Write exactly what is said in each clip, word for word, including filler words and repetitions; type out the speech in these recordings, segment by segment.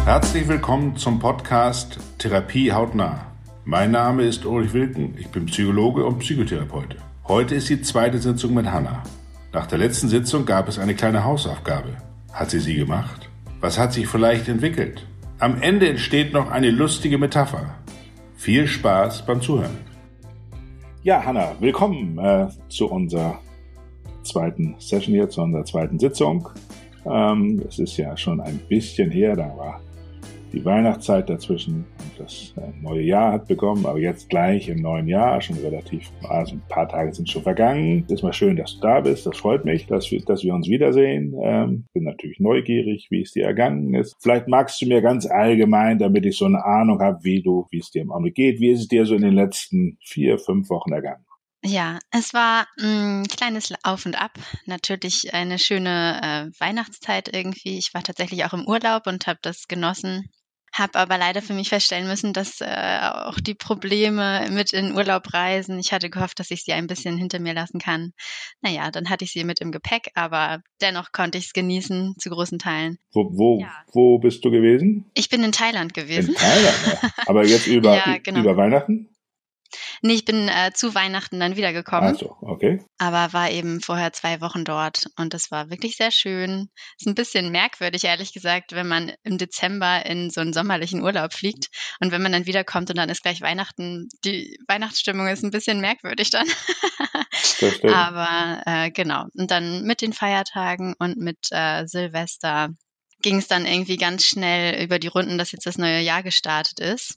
Herzlich willkommen zum Podcast Therapie hautnah. Mein Name ist Ulrich Wilken, ich bin Psychologe und Psychotherapeut. Heute ist die zweite Sitzung mit Hanna. Nach der letzten Sitzung gab es eine kleine Hausaufgabe. Hat sie sie gemacht? Was hat sich vielleicht entwickelt? Am Ende entsteht noch eine lustige Metapher. Viel Spaß beim Zuhören. Ja, Hanna, willkommen äh, zu unserer zweiten Session hier, zu unserer zweiten Sitzung. Ähm, es ist ja schon ein bisschen her, da war die Weihnachtszeit dazwischen und das äh, neue Jahr hat begonnen, aber jetzt gleich im neuen Jahr, schon relativ, also ein paar Tage sind schon vergangen. Es ist mal schön, dass du da bist, das freut mich, dass wir, dass wir uns wiedersehen. Ähm, bin natürlich neugierig, wie es dir ergangen ist. Vielleicht magst du mir ganz allgemein, damit ich so eine Ahnung habe, wie du, wie es dir im Augenblick geht, wie ist es dir so in den letzten vier, fünf Wochen ergangen? Ja, es war ein kleines Auf und Ab. Natürlich eine schöne äh, Weihnachtszeit irgendwie. Ich war tatsächlich auch im Urlaub und habe das genossen. Habe aber leider für mich feststellen müssen, dass äh, auch die Probleme mit in Urlaub reisen, ich hatte gehofft, dass ich sie ein bisschen hinter mir lassen kann. Naja, dann hatte ich sie mit im Gepäck, aber dennoch konnte ich es genießen, zu großen Teilen. Wo, wo, Ja. wo bist du gewesen? Ich bin in Thailand gewesen. In Thailand, ja. Aber jetzt über, Ja, genau. über Weihnachten? Nee, ich bin äh, zu Weihnachten dann wiedergekommen. Ach so, okay. Aber war eben vorher zwei Wochen dort und das war wirklich sehr schön. Ist ein bisschen merkwürdig, ehrlich gesagt, wenn man im Dezember in so einen sommerlichen Urlaub fliegt und wenn man dann wiederkommt und dann ist gleich Weihnachten. Die Weihnachtsstimmung ist ein bisschen merkwürdig dann. Das stimmt. Aber äh, genau. Und dann mit den Feiertagen und mit äh, Silvester ging es dann irgendwie ganz schnell über die Runden, dass jetzt das neue Jahr gestartet ist.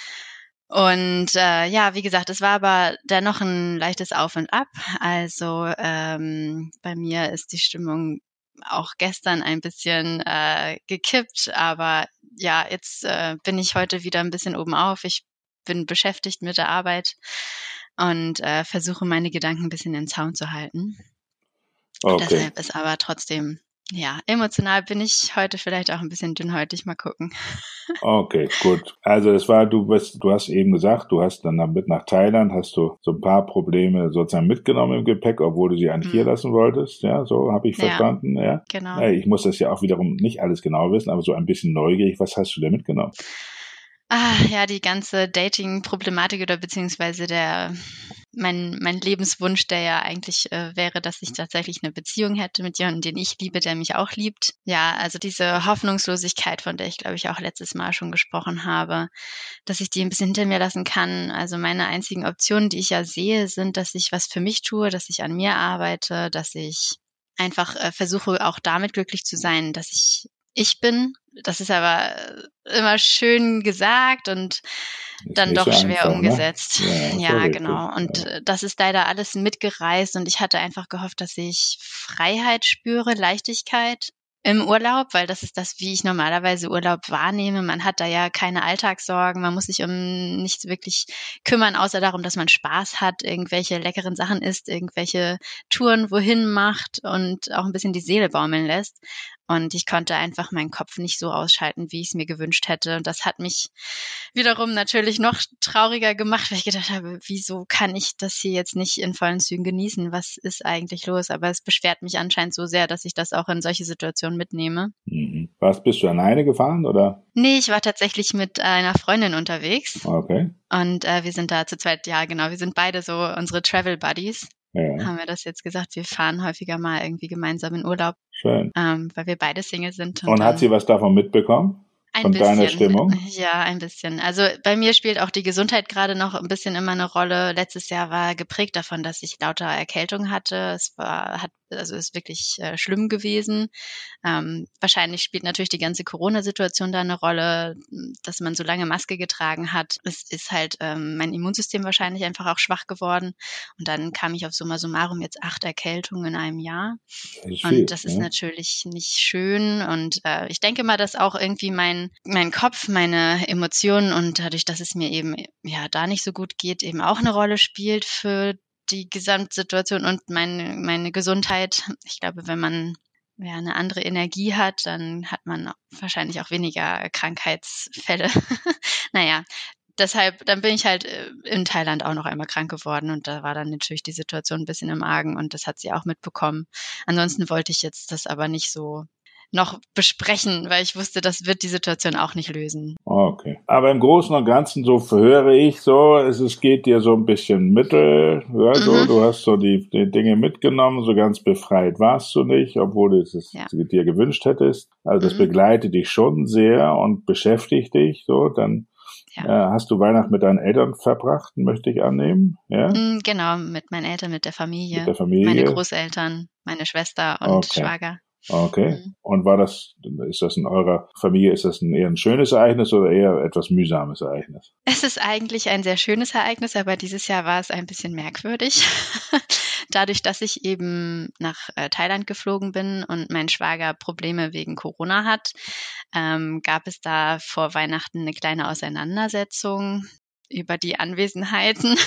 Und äh, ja, wie gesagt, es war aber dennoch ein leichtes Auf und Ab. Also ähm, bei mir ist die Stimmung auch gestern ein bisschen äh, gekippt, aber ja, jetzt äh, bin ich heute wieder ein bisschen oben auf. Ich bin beschäftigt mit der Arbeit und äh, versuche meine Gedanken ein bisschen in Zaum zu halten. Okay. Deshalb ist aber trotzdem, ja, emotional bin ich heute vielleicht auch ein bisschen dünnhäutig, mal gucken. Okay, gut. Also es war, du bist, du hast eben gesagt, du hast dann mit nach Thailand, hast du so ein paar Probleme sozusagen mitgenommen im Gepäck, obwohl du sie eigentlich hier Hm. lassen wolltest. Ja, so habe ich Ja, verstanden. Ja, genau. Ja, ich muss das ja auch wiederum nicht alles genau wissen, aber so ein bisschen neugierig. Was hast du denn mitgenommen? Ah, ja, die ganze Dating-Problematik oder beziehungsweise der mein mein Lebenswunsch, der ja eigentlich äh, wäre, dass ich tatsächlich eine Beziehung hätte mit jemandem, den ich liebe, der mich auch liebt. Ja, also diese Hoffnungslosigkeit, von der ich, glaube ich, auch letztes Mal schon gesprochen habe, dass ich die ein bisschen hinter mir lassen kann. Also meine einzigen Optionen, die ich ja sehe, sind, dass ich was für mich tue, dass ich an mir arbeite, dass ich einfach äh, versuche, auch damit glücklich zu sein, dass ich ich bin. Das ist aber äh, immer schön gesagt und Ist dann nicht doch so schwer einfach, ne? umgesetzt. Ja, ist Ja, ja genau. richtig. Und Ja. äh, das ist leider alles mitgereist und ich hatte einfach gehofft, dass ich Freiheit spüre, Leichtigkeit im Urlaub, weil das ist das, wie ich normalerweise Urlaub wahrnehme. Man hat da ja keine Alltagssorgen, man muss sich um nichts wirklich kümmern, außer darum, dass man Spaß hat, irgendwelche leckeren Sachen isst, irgendwelche Touren wohin macht und auch ein bisschen die Seele baumeln lässt. Und ich konnte einfach meinen Kopf nicht so ausschalten, wie ich es mir gewünscht hätte. Und das hat mich wiederum natürlich noch trauriger gemacht, weil ich gedacht habe, wieso kann ich das hier jetzt nicht in vollen Zügen genießen? Was ist eigentlich los? Aber es beschwert mich anscheinend so sehr, dass ich das auch in solche Situationen mitnehme. Mhm. Was, bist du alleine gefahren oder? Nee, ich war tatsächlich mit einer Freundin unterwegs Okay. und äh, wir sind da zu zweit, ja genau, wir sind beide so unsere Travel Buddies. Ja, Haben wir das jetzt gesagt, wir fahren häufiger mal irgendwie gemeinsam in Urlaub, schön. ähm, weil wir beide Single sind und Und hat dann sie was davon mitbekommen? ein Von deiner bisschen, Stimmung? ja, ein bisschen. Also bei mir spielt auch die Gesundheit gerade noch ein bisschen immer eine Rolle. Letztes Jahr war geprägt davon, dass ich lauter Erkältung hatte. Es war, hat, also ist wirklich äh, schlimm gewesen. Ähm, wahrscheinlich spielt natürlich die ganze Corona-Situation da eine Rolle, dass man so lange Maske getragen hat. Es ist halt ähm, mein Immunsystem wahrscheinlich einfach auch schwach geworden. Und dann kam ich auf summa summarum jetzt acht Erkältungen in einem Jahr. Das ist Und viel, das ist ne? natürlich nicht schön. Und äh, ich denke mal, dass auch irgendwie mein, mein Kopf, meine Emotionen und dadurch, dass es mir eben ja da nicht so gut geht, eben auch eine Rolle spielt für die Gesamtsituation und meine, meine Gesundheit. Ich glaube, wenn man ja eine andere Energie hat, dann hat man wahrscheinlich auch weniger Krankheitsfälle. Naja, deshalb, dann bin ich halt äh, in Thailand auch noch einmal krank geworden und da war dann natürlich die Situation ein bisschen im Argen und das hat sie auch mitbekommen. Ansonsten wollte ich jetzt das aber nicht so noch besprechen, weil ich wusste, das wird die Situation auch nicht lösen. Okay. Aber im Großen und Ganzen, so höre ich so, es, es geht dir so ein bisschen mittel, ja, so, mhm. Du hast so die, die Dinge mitgenommen, so ganz befreit warst du nicht, obwohl du es ja. dir gewünscht hättest. Also das mhm. begleitet dich schon sehr und beschäftigt dich, so, dann ja. äh, hast du Weihnachten mit deinen Eltern verbracht, möchte ich annehmen, ja? Mhm, genau, mit meinen Eltern, mit der Familie, mit der Familie. Meine Großeltern, meine Schwester und okay. Schwager. Okay. Mhm. Und war das, ist das in eurer Familie, ist das ein eher ein schönes Ereignis oder eher etwas mühsames Ereignis? Es ist eigentlich ein sehr schönes Ereignis, aber dieses Jahr war es ein bisschen merkwürdig. Dadurch, dass ich eben nach äh, Thailand geflogen bin und mein Schwager Probleme wegen Corona hat, ähm, gab es da vor Weihnachten eine kleine Auseinandersetzung über die Anwesenheiten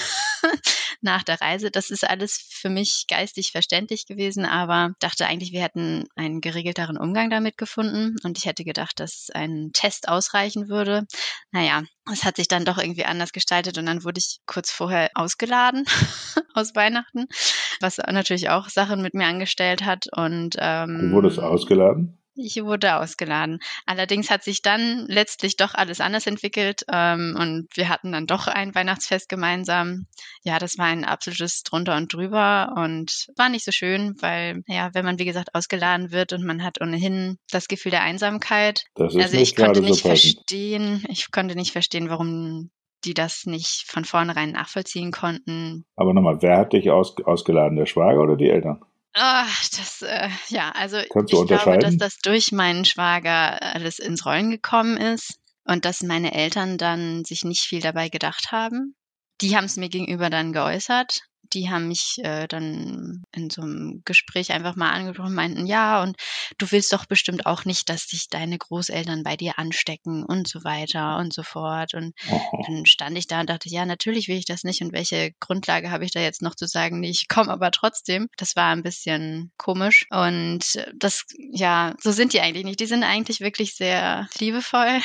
nach der Reise. Das ist alles für mich geistig verständlich gewesen, aber dachte eigentlich, wir hätten einen geregelteren Umgang damit gefunden und ich hätte gedacht, dass ein Test ausreichen würde. Naja, es hat sich dann doch irgendwie anders gestaltet und dann wurde ich kurz vorher ausgeladen aus Weihnachten, was natürlich auch Sachen mit mir angestellt hat. Und ähm, du wurdest ausgeladen? Ich wurde ausgeladen. Allerdings hat sich dann letztlich doch alles anders entwickelt ähm, und wir hatten dann doch ein Weihnachtsfest gemeinsam. Ja, das war ein absolutes Drunter und Drüber und war nicht so schön, weil, ja, wenn man, wie gesagt, ausgeladen wird und man hat ohnehin das Gefühl der Einsamkeit. Das ist also nicht ich konnte nicht so verstehen, ich konnte nicht verstehen, warum die das nicht von vornherein nachvollziehen konnten. Aber nochmal, wer hat dich aus, ausgeladen, der Schwager oder die Eltern? Ach, das, äh, ja, also Kannst du ich glaube, dass unterscheiden? das durch meinen Schwager alles ins Rollen gekommen ist und dass meine Eltern dann sich nicht viel dabei gedacht haben. Die haben es mir gegenüber dann geäußert. Die haben mich äh, dann in so einem Gespräch einfach mal angesprochen, meinten, ja, und du willst doch bestimmt auch nicht, dass sich deine Großeltern bei dir anstecken und so weiter und so fort. Und Aha. dann stand ich da und dachte, ja, natürlich will ich das nicht. Und welche Grundlage habe ich da jetzt noch zu sagen, nee, ich komme aber trotzdem. Das war ein bisschen komisch. Und das, ja, so sind die eigentlich nicht. Die sind eigentlich wirklich sehr liebevoll.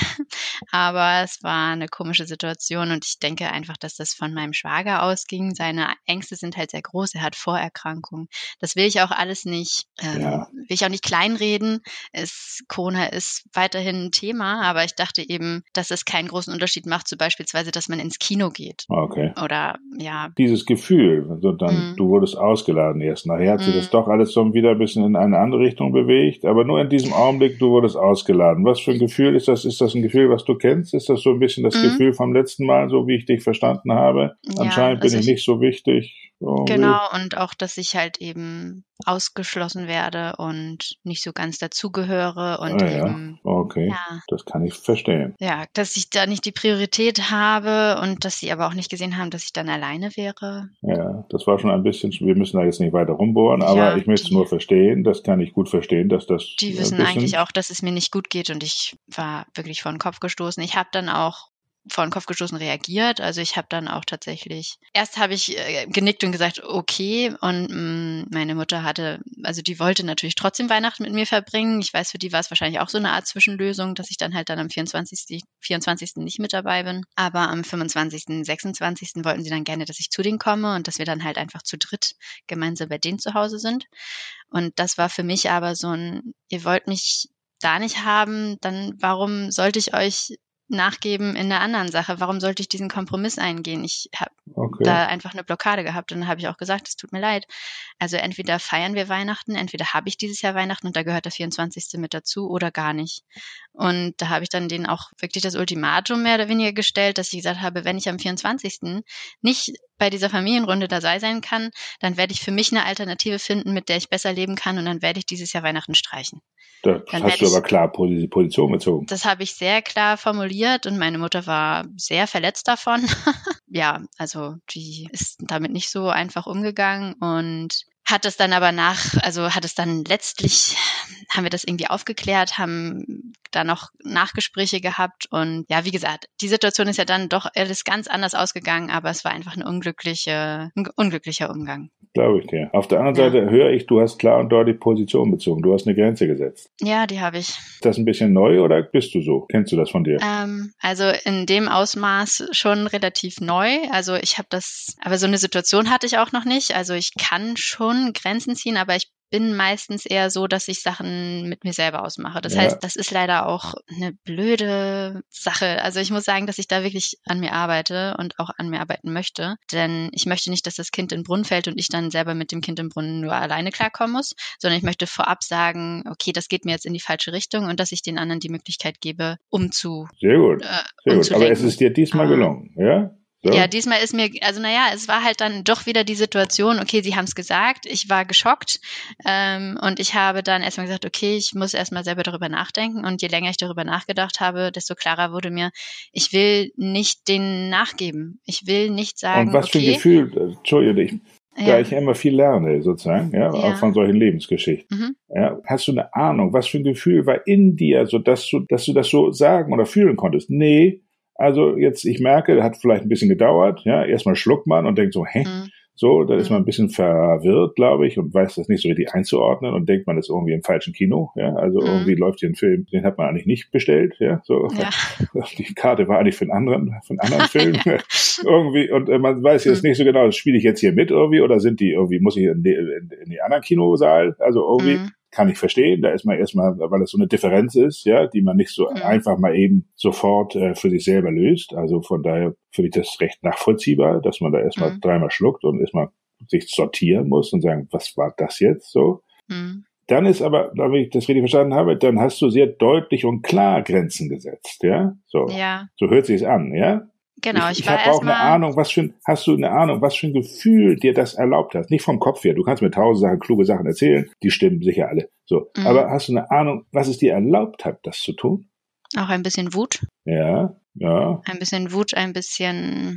Aber es war eine komische Situation und ich denke einfach, dass das von meinem Schwager ausging. Seine Ängste sind halt sehr groß. Er hat Vorerkrankungen. Das will ich auch alles nicht, ähm, Ja. will ich auch nicht kleinreden. Es, Corona ist weiterhin ein Thema, aber ich dachte eben, dass es keinen großen Unterschied macht, so beispielsweise, dass man ins Kino geht. Okay. Oder, ja. Dieses Gefühl, also dann, Mm. du wurdest ausgeladen erst. Nachher hat sich Mm. das doch alles so wieder ein bisschen in eine andere Richtung bewegt, aber nur in diesem Augenblick, du wurdest ausgeladen. Was für ein Gefühl ist das? Ist das ein Gefühl, was du kennst? Ist das so ein bisschen das Mm. Gefühl vom letzten Mal, so wie ich dich verstanden habe? Ja, Anscheinend also bin ich ich- nicht so wichtig. So Genau, und auch, dass ich halt eben ausgeschlossen werde und nicht so ganz dazugehöre und Ah, ja. eben, Okay, ja, das kann ich verstehen. ja, dass ich da nicht die Priorität habe und dass sie aber auch nicht gesehen haben, dass ich dann alleine wäre. Ja, das war schon ein bisschen, wir müssen da jetzt nicht weiter rumbohren, aber Ja, ich möchte es die- nur verstehen, das kann ich gut verstehen, dass das Die ein wissen bisschen, eigentlich auch, dass es mir nicht gut geht und ich war wirklich vor den Kopf gestoßen. Ich habe dann auch vor den Kopf gestoßen reagiert. Also ich habe dann auch tatsächlich, erst habe ich äh, genickt und gesagt, okay. Und mh, meine Mutter hatte, also die wollte natürlich trotzdem Weihnachten mit mir verbringen. Ich weiß, für die war es wahrscheinlich auch so eine Art Zwischenlösung, dass ich dann halt dann am vierundzwanzigsten vierundzwanzigsten nicht mit dabei bin. Aber am fünfundzwanzigsten sechsundzwanzigsten wollten sie dann gerne, dass ich zu denen komme und dass wir dann halt einfach zu dritt gemeinsam bei denen zu Hause sind. Und das war für mich aber so ein, ihr wollt mich da nicht haben, dann warum sollte ich euch nachgeben in der anderen Sache? Warum sollte ich diesen Kompromiss eingehen? Ich habe okay. da einfach eine Blockade gehabt und dann habe ich auch gesagt, es tut mir leid. Also entweder feiern wir Weihnachten, entweder habe ich dieses Jahr Weihnachten und da gehört der vierundzwanzigste mit dazu oder gar nicht. Und da habe ich dann denen auch wirklich das Ultimatum mehr oder weniger gestellt, dass ich gesagt habe, wenn ich am vierundzwanzigsten nicht bei dieser Familienrunde dabei sein kann, dann werde ich für mich eine Alternative finden, mit der ich besser leben kann und dann werde ich dieses Jahr Weihnachten streichen. Da Dann hast du werde ich- aber klar Posi- Position bezogen. Das habe ich sehr klar formuliert und meine Mutter war sehr verletzt davon. Ja, also die ist damit nicht so einfach umgegangen und hat es dann aber nach, also hat es dann letztlich, haben wir das irgendwie aufgeklärt, haben da noch Nachgespräche gehabt und ja, wie gesagt, die Situation ist ja dann doch alles ganz anders ausgegangen, aber es war einfach eine unglückliche, ein unglücklicher Umgang. Glaube ich dir. Auf der anderen Ja. Seite höre ich, du hast klar und deutlich Position bezogen. Du hast eine Grenze gesetzt. Ja, die habe ich. Ist das ein bisschen neu oder bist du so? Kennst du das von dir? Ähm, also in dem Ausmaß schon relativ neu. Also ich habe das, aber so eine Situation hatte ich auch noch nicht. Also ich kann schon Grenzen ziehen, aber ich bin meistens eher so, dass ich Sachen mit mir selber ausmache. Das Ja. heißt, das ist leider auch eine blöde Sache. Also ich muss sagen, dass ich da wirklich an mir arbeite und auch an mir arbeiten möchte. Denn ich möchte nicht, dass das Kind in den Brunnen fällt und ich dann selber mit dem Kind im Brunnen nur alleine klarkommen muss, sondern ich möchte vorab sagen, okay, das geht mir jetzt in die falsche Richtung und dass ich den anderen die Möglichkeit gebe, umzu, Sehr gut, äh, sehr gut. Aber umzulenken. es ist dir diesmal Aber- gelungen, ja? So? Ja, diesmal ist mir, also naja, es war halt dann doch wieder die Situation, okay, sie haben es gesagt, ich war geschockt ähm, und ich habe dann erstmal gesagt, okay, ich muss erstmal selber darüber nachdenken und je länger ich darüber nachgedacht habe, desto klarer wurde mir, ich will nicht denen nachgeben. Ich will nicht sagen, Und was für ein okay, Gefühl, äh, Entschuldige, ich, da ja, ich ja immer viel lerne, sozusagen, ja, Ja. auch von solchen Lebensgeschichten. mhm, Ja, hast du eine Ahnung, was für ein Gefühl war in dir, so dass du, dass du das so sagen oder fühlen konntest? Nee, also jetzt, ich merke, das hat vielleicht ein bisschen gedauert, ja, erstmal schluckt man und denkt so, hä? mhm, So, dann ist Mhm. man ein bisschen verwirrt, glaube ich, und weiß das nicht so richtig einzuordnen und denkt, man ist irgendwie im falschen Kino, ja, also Mhm. irgendwie läuft hier ein Film, den hat man eigentlich nicht bestellt, ja, so. ja, Die Karte war eigentlich für einen anderen, für einen anderen Film, irgendwie, und äh, man weiß jetzt Mhm. nicht so genau, spiele ich jetzt hier mit irgendwie oder sind die irgendwie, muss ich in die, in, in die anderen Kinosaal, also irgendwie, Mhm. kann ich verstehen, da ist man erstmal, weil es so eine Differenz ist, ja, die man nicht so Mhm. einfach mal eben sofort äh, für sich selber löst, also von daher finde ich das recht nachvollziehbar, dass man da erstmal Mhm. dreimal schluckt und erstmal sich sortieren muss und sagen, was war das jetzt so? Mhm. Dann ist aber, wenn ich das richtig verstanden habe, dann hast du sehr deutlich und klar Grenzen gesetzt, ja? So, Ja, so hört sich's an, ja? genau. ich Ich, ich war habe auch eine erstmal, Ahnung, was für ein, hast du eine Ahnung, was für ein Gefühl dir das erlaubt hat? Nicht vom Kopf her, du kannst mir tausend Sachen, kluge Sachen erzählen, die stimmen sicher alle. So, Mhm. aber hast du eine Ahnung, was es dir erlaubt hat, das zu tun? auch ein bisschen Wut, Ja, ja, ein bisschen Wut, ein bisschen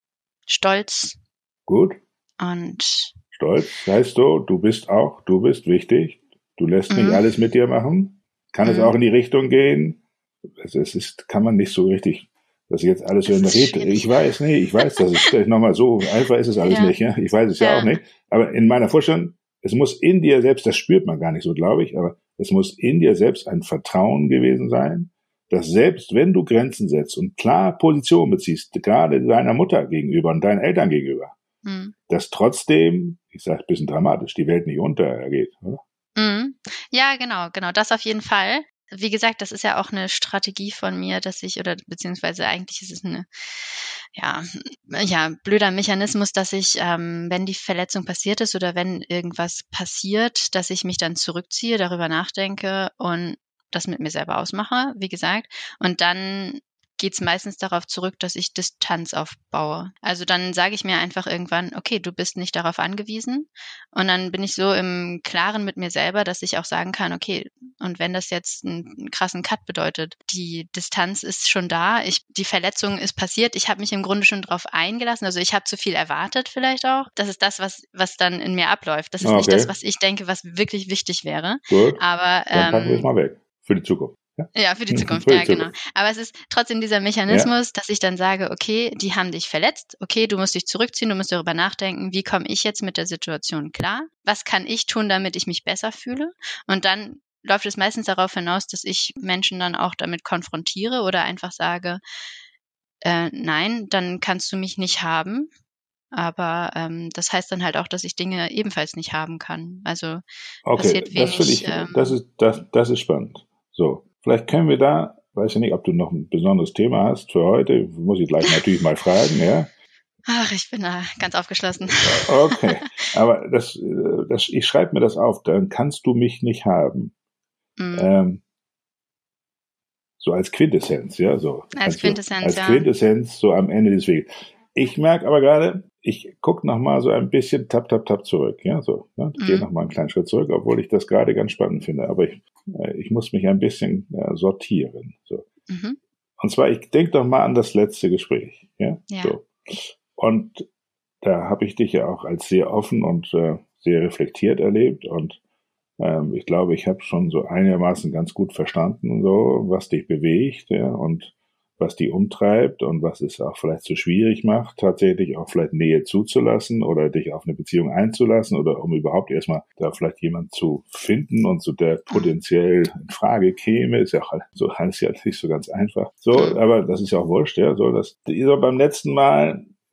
Stolz gut. und Stolz heißt du, du bist auch, du bist wichtig, du lässt nicht Mhm. alles mit dir machen. Kann es Mhm. auch in die Richtung gehen? Es, es ist, kann man nicht so richtig, dass jetzt alles so Es in der ist Rede, schwierig. ich weiß, nee, ich weiß, das ist nochmal so einfach ist es alles Ja. nicht, ja. Ich weiß es ja, Ja. auch nicht. Aber in meiner Vorstellung, es muss in dir selbst, das spürt man gar nicht so, glaube ich, aber es muss in dir selbst ein Vertrauen gewesen sein, dass selbst wenn du Grenzen setzt und klar Position beziehst, gerade deiner Mutter gegenüber und deinen Eltern gegenüber, Mhm. dass trotzdem, ich sage ein bisschen dramatisch, die Welt nicht untergeht. Oder? Mhm. Ja, genau, genau, das auf jeden Fall. Wie gesagt, das ist ja auch eine Strategie von mir, dass ich, oder beziehungsweise eigentlich ist es eine, ja, ja, blöder Mechanismus, dass ich, ähm, wenn die Verletzung passiert ist oder wenn irgendwas passiert, dass ich mich dann zurückziehe, darüber nachdenke und das mit mir selber ausmache, wie gesagt. Und dann geht's meistens darauf zurück, dass ich Distanz aufbaue. Also dann sage ich mir einfach irgendwann, okay, du bist nicht darauf angewiesen. Und dann bin ich so im Klaren mit mir selber, dass ich auch sagen kann, okay, und wenn das jetzt einen krassen Cut bedeutet, die Distanz ist schon da, ich, die Verletzung ist passiert, ich habe mich im Grunde schon drauf eingelassen, also ich habe zu viel erwartet vielleicht auch. Das ist das, was, was dann in mir abläuft. Das ist Okay. nicht das, was ich denke, was wirklich wichtig wäre. Gut, Aber dann packen wir es ähm, mal weg. Für die Zukunft. Ja, ja, für die Zukunft, Für die ja, genau. Zukunft. Aber es ist trotzdem dieser Mechanismus, dass ich dann sage, okay, die haben dich verletzt, okay, du musst dich zurückziehen, du musst darüber nachdenken, wie komme ich jetzt mit der Situation klar? Was kann ich tun, damit ich mich besser fühle? Und dann läuft es meistens darauf hinaus, dass ich Menschen dann auch damit konfrontiere oder einfach sage, äh, nein, dann kannst du mich nicht haben. Aber ähm, das heißt dann halt auch, dass ich Dinge ebenfalls nicht haben kann. Also Okay, passiert das finde wenig. ich, Ähm, das ist, das, das ist spannend. So, vielleicht können wir da, weiß ich nicht, ob du noch ein besonderes Thema hast für heute, muss ich gleich natürlich mal fragen, ja. ach, ich bin da ganz aufgeschlossen. Okay, aber das, äh, das, ich schreibe mir das auf, dann kannst du mich nicht haben. Mhm. Ähm, so als Quintessenz, ja, so. Als Kannst du- Quintessenz, als ja. Quintessenz, so am Ende des Weges. Ich merke aber gerade, ich gucke noch mal so ein bisschen tap, tap, tap zurück, ja, so. Ne? Ich Mhm. gehe noch mal einen kleinen Schritt zurück, obwohl ich das gerade ganz spannend finde, aber ich, äh, ich muss mich ein bisschen ja, sortieren, so. Mhm. Und zwar, ich denke doch mal an das letzte Gespräch, ja, Ja. so. Und da habe ich dich ja auch als sehr offen und äh, sehr reflektiert erlebt und ähm, ich glaube, ich habe schon so einigermaßen ganz gut verstanden, so was dich bewegt, ja, und was die umtreibt und was es auch vielleicht so schwierig macht, tatsächlich auch vielleicht Nähe zuzulassen oder dich auf eine Beziehung einzulassen oder um überhaupt erstmal da vielleicht jemand zu finden und so der potenziell in Frage käme, ist ja auch so alles ja nicht so ganz einfach. So, Mhm. aber das ist ja auch wurscht, ja, so das so beim letzten Mal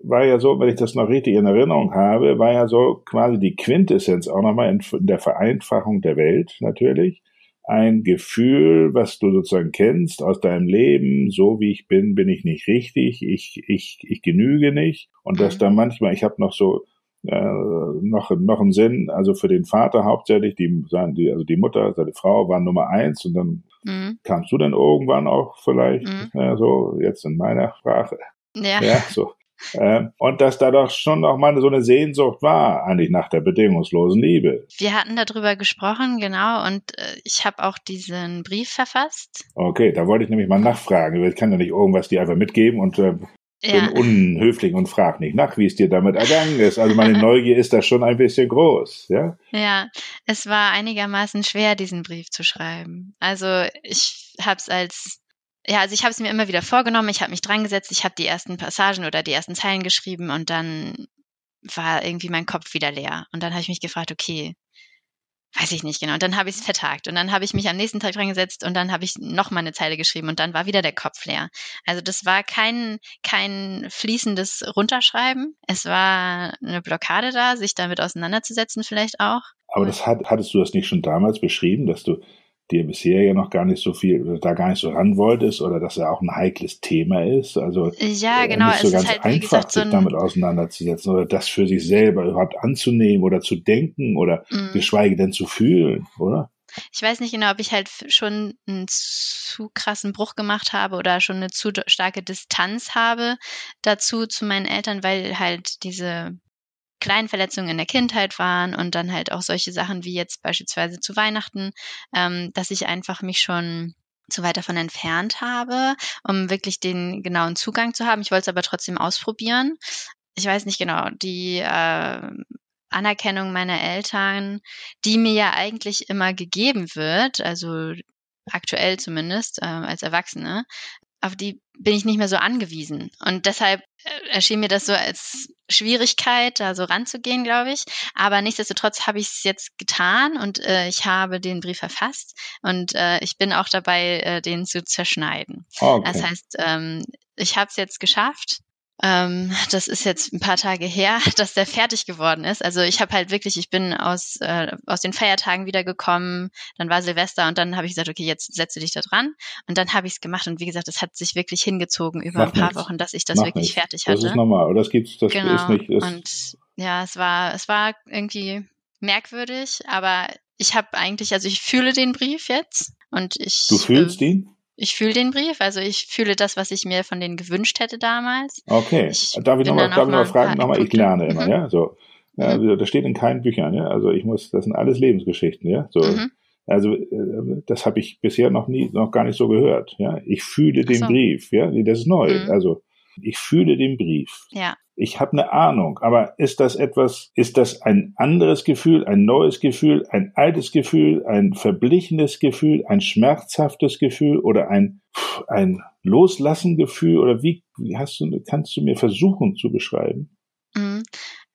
war ja so, wenn ich das noch richtig in Erinnerung habe, war ja so quasi die Quintessenz auch nochmal in, in der Vereinfachung der Welt natürlich. Ein Gefühl, was du sozusagen kennst aus deinem Leben, so wie ich bin, bin ich nicht richtig, ich ich ich genüge nicht. Und dass da manchmal, ich habe noch so äh, noch noch im Sinn, also für den Vater hauptsächlich, die sagen die, also die Mutter, seine Frau war Nummer eins und dann mhm. kamst du dann irgendwann auch vielleicht, mhm. ja, so jetzt in meiner Sprache, ja, ja so. Ähm, und dass da doch schon noch mal so eine Sehnsucht war, eigentlich nach der bedingungslosen Liebe. Wir hatten darüber gesprochen, genau, und äh, ich habe auch diesen Brief verfasst. Okay, da wollte ich nämlich mal nachfragen. Ich kann ja nicht irgendwas dir einfach mitgeben und äh, ja. bin unhöflich und frag nicht nach, wie es dir damit ergangen ist. Also meine Neugier ist da schon ein bisschen groß, ja? Ja, es war einigermaßen schwer, diesen Brief zu schreiben. Also ich habe es als Ja, also ich habe es mir immer wieder vorgenommen, ich habe mich dran gesetzt, ich habe die ersten Passagen oder die ersten Zeilen geschrieben und dann war irgendwie mein Kopf wieder leer. Und dann habe ich mich gefragt, okay, weiß ich nicht genau. Und dann habe ich es vertagt und dann habe ich mich am nächsten Tag dran gesetzt und dann habe ich noch mal eine Zeile geschrieben und dann war wieder der Kopf leer. Also das war kein, kein fließendes Runterschreiben. Es war eine Blockade da, sich damit auseinanderzusetzen vielleicht auch. Aber das hat, hattest du das nicht schon damals beschrieben, dass du dir bisher ja noch gar nicht so viel, da gar nicht so ran wolltest oder dass er auch ein heikles Thema ist, also ja, genau, nicht so es ganz ist halt, einfach, wie gesagt, sich so ein, damit auseinanderzusetzen oder das für sich selber überhaupt anzunehmen oder zu denken oder mm. geschweige denn zu fühlen, oder? Ich weiß nicht genau, ob ich halt schon einen zu krassen Bruch gemacht habe oder schon eine zu starke Distanz habe dazu zu meinen Eltern, weil halt diese kleinen Verletzungen in der Kindheit waren und dann halt auch solche Sachen wie jetzt beispielsweise zu Weihnachten, ähm, dass ich einfach mich schon zu weit davon entfernt habe, um wirklich den genauen Zugang zu haben. Ich wollte es aber trotzdem ausprobieren. Ich weiß nicht genau, die äh, Anerkennung meiner Eltern, die mir ja eigentlich immer gegeben wird, also aktuell zumindest äh, als Erwachsene, auf die bin ich nicht mehr so angewiesen. Und deshalb erschien mir das so als Schwierigkeit, da so ranzugehen, glaube ich. Aber nichtsdestotrotz habe ich es jetzt getan und äh, ich habe den Brief verfasst und äh, ich bin auch dabei, äh, den zu zerschneiden. Okay. Das heißt, ähm, ich habe es jetzt geschafft. Ähm, das ist jetzt ein paar Tage her, dass der fertig geworden ist. Also ich habe halt wirklich, ich bin aus äh, aus den Feiertagen wiedergekommen, dann war Silvester und dann habe ich gesagt, okay, jetzt setze dich da dran. Und dann habe ich es gemacht und wie gesagt, das hat sich wirklich hingezogen über Mach ein paar nichts. Wochen, dass ich das Mach wirklich nichts. fertig hatte. Das ist normal, oder? Das gibt's, das genau. ist nicht. Ist und ja, es war es war irgendwie merkwürdig, aber ich habe eigentlich, also ich fühle den Brief jetzt und ich. Du fühlst äh, ihn? Ich fühle den Brief, also ich fühle das, was ich mir von denen gewünscht hätte damals. Okay, ich darf ich nochmal noch mal fragen, nochmal, ich lerne immer, mhm. ja, so. Ja, mhm. Das steht in keinen Büchern, ja, also ich muss, das sind alles Lebensgeschichten, ja, so. Mhm. Also das habe ich bisher noch nie, noch gar nicht so gehört, ja. Ich fühle den so. Brief, ja, das ist neu, mhm. also ich fühle den Brief. Ja. Ich habe eine Ahnung, aber ist das etwas, ist das ein anderes Gefühl, ein neues Gefühl, ein altes Gefühl, ein verblichenes Gefühl, ein schmerzhaftes Gefühl oder ein, ein Loslassen-Gefühl oder wie, wie hast du, kannst du mir versuchen zu beschreiben? Mhm.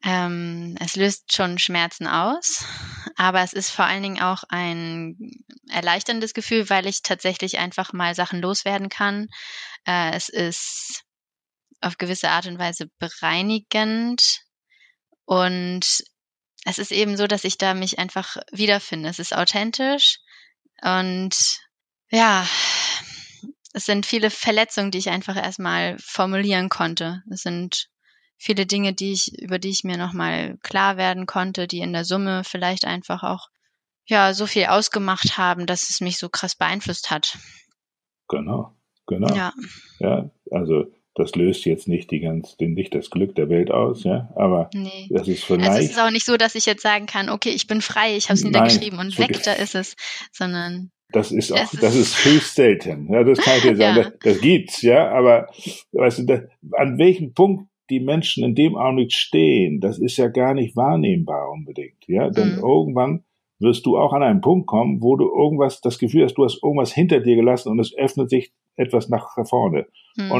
Ähm, es löst schon Schmerzen aus, aber es ist vor allen Dingen auch ein erleichterndes Gefühl, weil ich tatsächlich einfach mal Sachen loswerden kann. Äh, es ist auf gewisse Art und Weise bereinigend und es ist eben so, dass ich da mich einfach wiederfinde. Es ist authentisch und ja, es sind viele Verletzungen, die ich einfach erstmal formulieren konnte. Es sind viele Dinge, die ich, über die ich mir nochmal klar werden konnte, die in der Summe vielleicht einfach auch ja so viel ausgemacht haben, dass es mich so krass beeinflusst hat. Genau, genau. Ja, ja also das löst jetzt nicht die ganz, nicht das Glück der Welt aus, ja, aber nee. das ist vielleicht. Also es ist auch nicht so, dass ich jetzt sagen kann, okay, ich bin frei, ich habe es niedergeschrieben und weg, da ist es, sondern das ist auch, das ist höchst selten. Ja, das kann ich dir sagen. Ja. Das, das gibt's, ja, aber weißt du, das, an welchem Punkt die Menschen in dem Augenblick stehen, das ist ja gar nicht wahrnehmbar unbedingt, ja, denn mhm. irgendwann wirst du auch an einen Punkt kommen, wo du irgendwas, das Gefühl hast, du hast irgendwas hinter dir gelassen und es öffnet sich etwas nach vorne. Mhm. Und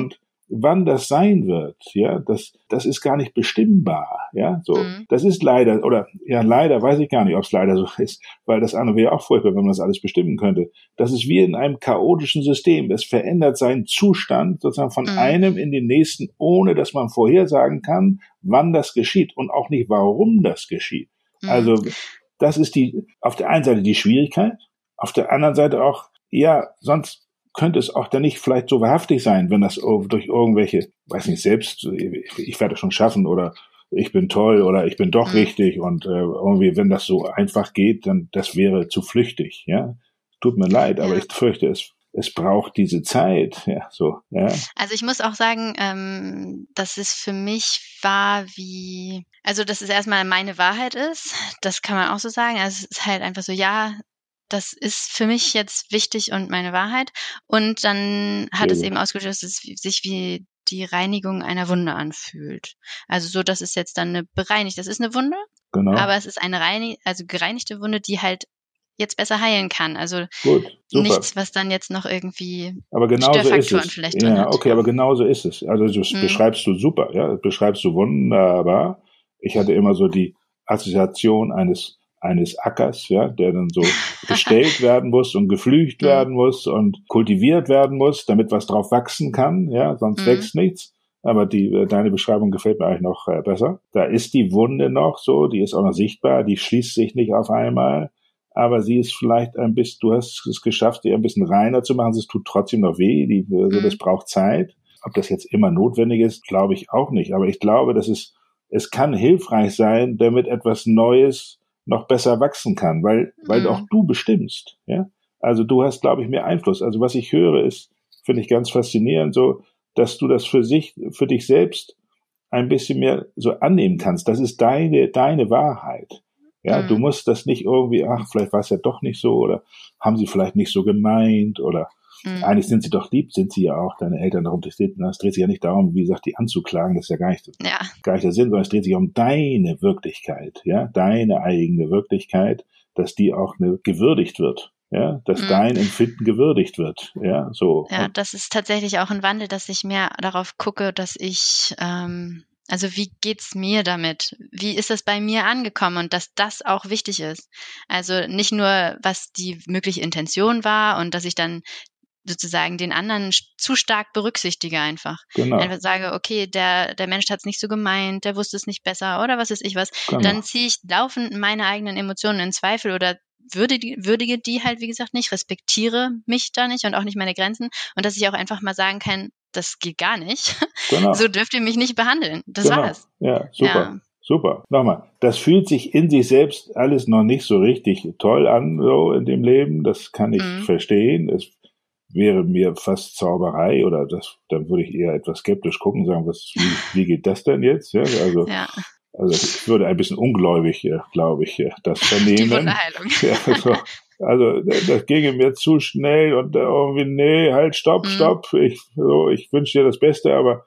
wann das sein wird, ja, das, das ist gar nicht bestimmbar, ja, so. Mhm. Das ist leider, oder, ja, leider, weiß ich gar nicht, ob es leider so ist, weil das andere wäre auch furchtbar, wenn man das alles bestimmen könnte. Das ist wie in einem chaotischen System. Es verändert seinen Zustand sozusagen von Mhm. einem in den nächsten, ohne dass man vorhersagen kann, wann das geschieht und auch nicht, warum das geschieht. Mhm. Also, das ist die, auf der einen Seite die Schwierigkeit, auf der anderen Seite auch, ja, sonst könnte es auch dann nicht vielleicht so wahrhaftig sein, wenn das durch irgendwelche, weiß nicht, selbst, ich werde es schon schaffen oder ich bin toll oder ich bin doch Mhm. richtig und äh, irgendwie, wenn das so einfach geht, dann das wäre zu flüchtig, ja. Tut mir leid, aber Ja. ich fürchte, es, es braucht diese Zeit, ja, so, ja. Also ich muss auch sagen, ähm, dass es für mich war wie, also dass es erstmal meine Wahrheit ist, das kann man auch so sagen. Also es ist halt einfach so, ja, das ist für mich jetzt wichtig und meine Wahrheit. Und dann hat Sehr es gut. eben ausgelöst, dass es sich wie die Reinigung einer Wunde anfühlt. Also so, dass es jetzt dann eine bereinigt, das ist eine Wunde, Genau. aber es ist eine reinig, also gereinigte Wunde, die halt jetzt besser heilen kann. Also Gut, super. nichts, was dann jetzt noch irgendwie Aber genauso ist Störfaktoren es. vielleicht drin Ja, hat. okay, aber genauso ist es. Also das Mhm. beschreibst du super, ja, das beschreibst du wunderbar. Ich hatte immer so die Assoziation eines eines Ackers, ja, der dann so bestellt werden muss und gepflügt Mhm. werden muss und kultiviert werden muss, damit was drauf wachsen kann, ja, sonst Mhm. wächst nichts. Aber die, äh, deine Beschreibung gefällt mir eigentlich noch äh, besser. Da ist die Wunde noch so, die ist auch noch sichtbar, die schließt sich nicht auf einmal, aber sie ist vielleicht ein bisschen, du hast es geschafft, sie ein bisschen reiner zu machen, es tut trotzdem noch weh, die, also Mhm. das braucht Zeit. Ob das jetzt immer notwendig ist, glaube ich auch nicht, aber ich glaube, dass es, es kann hilfreich sein, damit etwas Neues noch besser wachsen kann, weil, weil Mhm. auch du bestimmst, ja. Also du hast, glaube ich, mehr Einfluss. Also was ich höre ist, finde ich ganz faszinierend, so, dass du das für sich, für dich selbst ein bisschen mehr so annehmen kannst. Das ist deine, deine Wahrheit. Ja, Mhm. du musst das nicht irgendwie, ach, vielleicht war es ja doch nicht so oder haben sie vielleicht nicht so gemeint oder Mhm. eigentlich sind sie doch lieb, sind sie ja auch, deine Eltern, darum, das dreht, das dreht sich ja nicht darum, wie gesagt, die anzuklagen, das ist ja gar nicht, Ja. gar nicht der Sinn, sondern es dreht sich um deine Wirklichkeit, ja, deine eigene Wirklichkeit, dass die auch eine, gewürdigt wird, ja, dass Mhm. dein Empfinden gewürdigt wird, ja, so. Ja, Und das ist tatsächlich auch ein Wandel, dass ich mehr darauf gucke, dass ich, ähm, also wie geht's mir damit? Wie ist das bei mir angekommen? Und dass das auch wichtig ist. Also nicht nur, was die mögliche Intention war und dass ich dann sozusagen den anderen sch- zu stark berücksichtige einfach. genau, Einfach sage, okay, der, der Mensch hat es nicht so gemeint, der wusste es nicht besser oder was weiß ich was. genau, Dann ziehe ich laufend meine eigenen Emotionen in Zweifel oder würdige, würdige die halt, wie gesagt, nicht, respektiere mich da nicht und auch nicht meine Grenzen. Und dass ich auch einfach mal sagen kann, das geht gar nicht. genau. So dürft ihr mich nicht behandeln. Das Genau, war's. ja, super, Ja. super. Nochmal, das fühlt sich in sich selbst alles noch nicht so richtig toll an, so in dem Leben, das kann ich Mhm. verstehen. Es wäre mir fast Zauberei oder das, dann würde ich eher etwas skeptisch gucken, sagen, was, wie, wie geht das denn jetzt? Ja, also, Ja, also ich würde ein bisschen ungläubig, äh, glaube ich, äh, das die vernehmen. Wunderheilung. Ja, so. Also das ginge mir zu schnell und äh, irgendwie, nee, halt, stopp, Mhm. stopp. Ich, so, ich wünsche dir das Beste, aber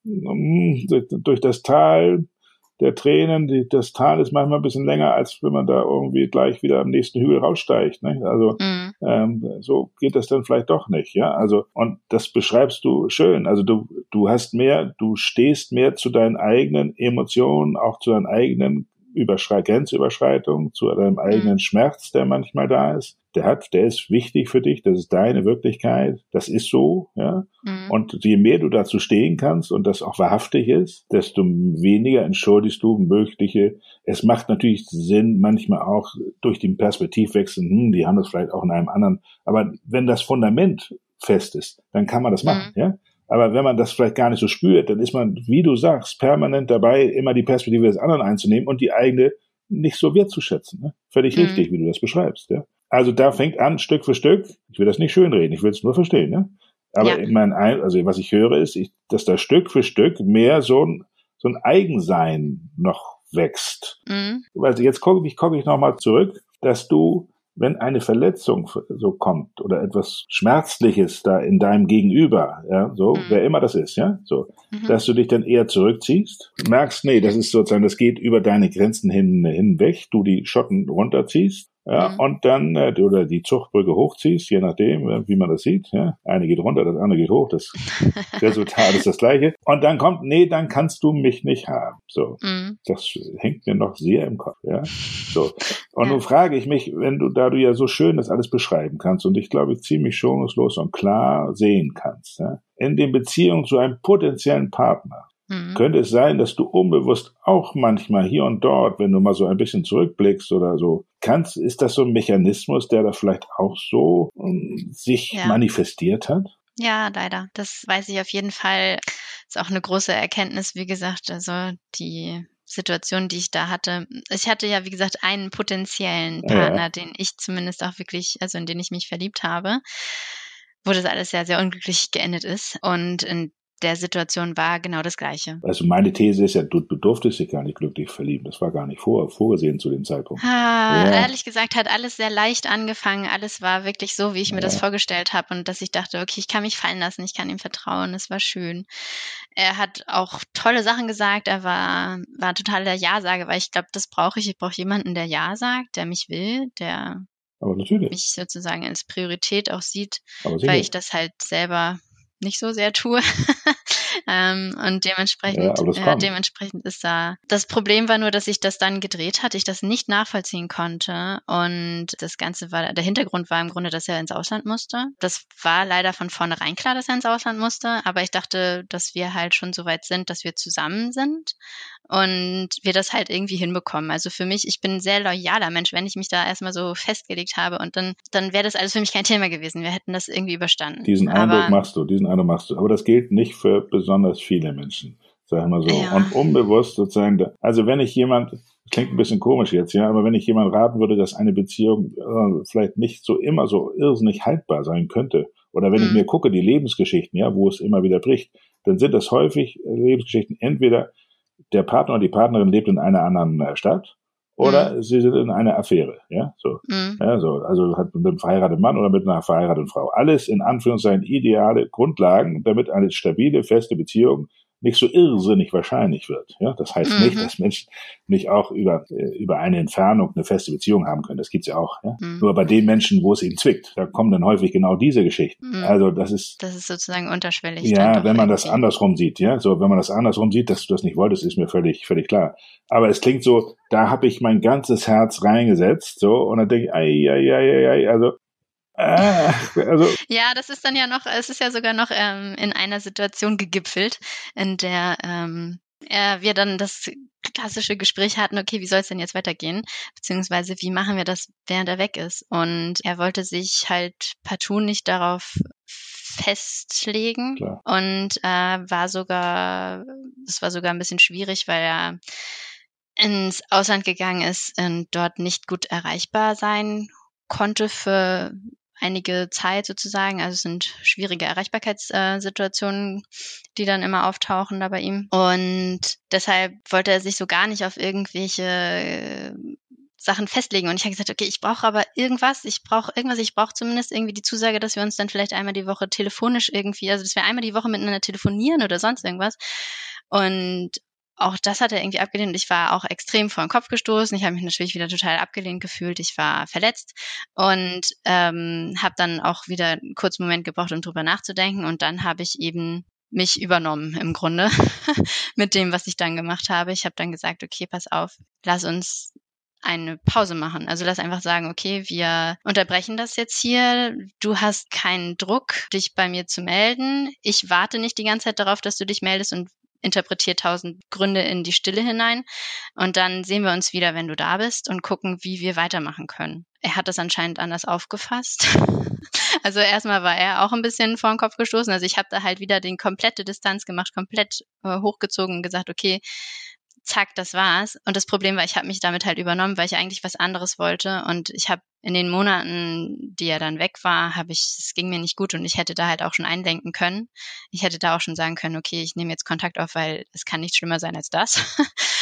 mm, durch, durch das Tal der Tränen, die, das Tal ist manchmal ein bisschen länger, als wenn man da irgendwie gleich wieder am nächsten Hügel raussteigt. Ne? Also Mhm. ähm, so geht das dann vielleicht doch nicht. Ja, also und das beschreibst du schön. Also du du hast mehr, du stehst mehr zu deinen eigenen Emotionen, auch zu deinen eigenen Überschreit Grenzüberschreitungen, zu deinem eigenen Mhm. Schmerz, der manchmal da ist. Der hat, der ist wichtig für dich. Das ist deine Wirklichkeit. Das ist so. Ja. Mhm. Und je mehr du dazu stehen kannst und das auch wahrhaftig ist, desto weniger entschuldigst du mögliche. Es macht natürlich Sinn, manchmal auch durch den Perspektivwechsel, hm, die haben das vielleicht auch in einem anderen, aber wenn das Fundament fest ist, dann kann man das machen, Mhm. ja. Aber wenn man das vielleicht gar nicht so spürt, dann ist man, wie du sagst, permanent dabei, immer die Perspektive des anderen einzunehmen und die eigene nicht so wertzuschätzen. Ne? Völlig Mhm. richtig, wie du das beschreibst, ja. Also da fängt an, Stück für Stück, ich will das nicht schönreden, ich will es nur verstehen, ne? Aber Ja. mein, also was ich höre, ist, ich, dass da Stück für Stück mehr so ein, so ein Eigensein noch wächst. Mhm. Also jetzt gucke ich, gucke ich nochmal zurück, dass du, wenn eine Verletzung so kommt oder etwas Schmerzliches da in deinem Gegenüber, ja, so, Mhm. wer immer das ist, ja, so, Mhm. dass du dich dann eher zurückziehst, merkst, nee, das ist sozusagen, das geht über deine Grenzen hin, hinweg, du die Schotten runterziehst Ja, Mhm. und dann, äh, oder die Zuchtbrücke hochziehst, je nachdem, äh, wie man das sieht. Ja. Eine geht runter, das andere geht hoch, das Resultat ist das gleiche. Und dann kommt, nee, dann kannst du mich nicht haben. So. Mhm. Das hängt mir noch sehr im Kopf, ja. So. Und Ja. nun frage ich mich, wenn du, da du ja so schön das alles beschreiben kannst und ich glaube, ich ziemlich schonungslos und klar sehen kannst, ja, in den Beziehungen zu einem potenziellen Partner, Mhm. könnte es sein, dass du unbewusst auch manchmal hier und dort, wenn du mal so ein bisschen zurückblickst oder so, kannst, ist das so ein Mechanismus, der da vielleicht auch so um, sich Ja. manifestiert hat? Ja, leider. Das weiß ich auf jeden Fall. Ist auch eine große Erkenntnis, wie gesagt, also die Situation, die ich da hatte. Ich hatte ja, wie gesagt, einen potenziellen Partner, Ja. den ich zumindest auch wirklich, also in den ich mich verliebt habe, wo das alles sehr, sehr unglücklich geendet ist. Und in der Situation war genau das Gleiche. Also meine These ist ja, du, du durftest dich gar nicht glücklich verlieben. Das war gar nicht vor, vorgesehen zu dem Zeitpunkt. Ah, Ja. ehrlich gesagt hat alles sehr leicht angefangen. Alles war wirklich so, wie ich mir das Ja. vorgestellt habe und dass ich dachte, okay, ich kann mich fallen lassen, ich kann ihm vertrauen, es war schön. Er hat auch tolle Sachen gesagt, er war war total der Ja-Sager, weil ich glaube, das brauche ich. Ich brauche jemanden, der Ja sagt, der mich will, der Aber natürlich. mich sozusagen als Priorität auch sieht, Aber weil sicher. ich das halt selber nicht so sehr tue. ähm, und Ja, dementsprechend, aber das ja, kommt. dementsprechend ist da. Das Problem war nur, dass sich das dann gedreht hat, ich das nicht nachvollziehen konnte. Und das Ganze war, der Hintergrund war im Grunde, dass er ins Ausland musste. Das war leider von vornherein klar, dass er ins Ausland musste, aber ich dachte, dass wir halt schon so weit sind, dass wir zusammen sind und wir das halt irgendwie hinbekommen. Also für mich, ich bin ein sehr loyaler Mensch, wenn ich mich da erstmal so festgelegt habe und dann, dann wäre das alles für mich kein Thema gewesen. Wir hätten das irgendwie überstanden. Diesen Eindruck Aber machst du, diesen Eindruck machst du. Aber das gilt nicht für besonders viele Menschen, sagen wir so. ja, Und unbewusst sozusagen, also wenn ich jemand, das klingt ein bisschen komisch jetzt, ja, aber wenn ich jemand raten würde, dass eine Beziehung äh, vielleicht nicht so immer so irrsinnig haltbar sein könnte, oder wenn ich mhm. mir gucke, die Lebensgeschichten, ja, wo es immer wieder bricht, dann sind das häufig Lebensgeschichten, entweder der Partner oder die Partnerin lebt in einer anderen äh, Stadt oder Mhm. sie sind in einer Affäre, ja, so. Mhm. Ja, so, also hat mit einem verheirateten Mann oder mit einer verheirateten Frau. Alles in Anführungszeichen ideale Grundlagen, damit eine stabile, feste Beziehung nicht so irrsinnig wahrscheinlich wird. Ja, das heißt nicht, Mhm. dass Menschen nicht auch über, über eine Entfernung eine feste Beziehung haben können. Das gibt's ja auch. Ja? Mhm. Nur bei den Menschen, wo es ihnen zwickt, da kommen dann häufig genau diese Geschichten. Mhm. Also das ist, Das ist sozusagen unterschwellig. ja, dann doch wenn man das irgendwie. andersrum sieht, ja, so, wenn man das andersrum sieht, dass du das nicht wolltest, ist mir völlig, völlig klar. Aber es klingt so, da habe ich mein ganzes Herz reingesetzt, so, und dann denke ich, ei, ei, ei, ei, also, ah, also. Ja, das ist dann ja noch, es ist ja sogar noch ähm, in einer Situation gegipfelt, in der ähm, äh, wir dann das klassische Gespräch hatten, okay, wie soll es denn jetzt weitergehen? Beziehungsweise, wie machen wir das, während er weg ist? Und er wollte sich halt partout nicht darauf festlegen. Klar. Und äh, war sogar, es war sogar ein bisschen schwierig, weil er ins Ausland gegangen ist und dort nicht gut erreichbar sein konnte für einige Zeit sozusagen. Also es sind schwierige Erreichbarkeitssituationen, die dann immer auftauchen da bei ihm. Und deshalb wollte er sich so gar nicht auf irgendwelche Sachen festlegen. Und ich habe gesagt, okay, ich brauche aber irgendwas, ich brauche irgendwas, ich brauche zumindest irgendwie die Zusage, dass wir uns dann vielleicht einmal die Woche telefonisch irgendwie, also dass wir einmal die Woche miteinander telefonieren oder sonst irgendwas. Und auch das hat er irgendwie abgelehnt und ich war auch extrem vor den Kopf gestoßen. Ich habe mich natürlich wieder total abgelehnt gefühlt. Ich war verletzt und ähm, habe dann auch wieder einen kurzen Moment gebraucht, um drüber nachzudenken. Und dann habe ich eben mich übernommen im Grunde mit dem, was ich dann gemacht habe. Ich habe dann gesagt, okay, pass auf, lass uns eine Pause machen. Also lass einfach sagen, okay, wir unterbrechen das jetzt hier. Du hast keinen Druck, dich bei mir zu melden. Ich warte nicht die ganze Zeit darauf, dass du dich meldest und interpretiere tausend Gründe in die Stille hinein. Und dann sehen wir uns wieder, wenn du da bist und gucken, wie wir weitermachen können. Er hat das anscheinend anders aufgefasst. Also erstmal war er auch ein bisschen vor den Kopf gestoßen. Also ich habe da halt wieder den komplette Distanz gemacht, komplett äh, hochgezogen und gesagt, okay, zack, das war's. Und das Problem war, ich habe mich damit halt übernommen, weil ich eigentlich was anderes wollte. Und ich habe in den Monaten, die er dann weg war, habe ich, es ging mir nicht gut und ich hätte da halt auch schon einlenken können. Ich hätte da auch schon sagen können, okay, ich nehme jetzt Kontakt auf, weil es kann nicht schlimmer sein als das.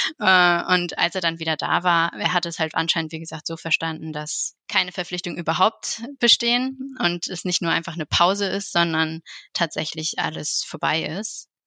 Und als er dann wieder da war, er hat es halt anscheinend, wie gesagt, so verstanden, dass keine Verpflichtungen überhaupt bestehen und es nicht nur einfach eine Pause ist, sondern tatsächlich alles vorbei ist.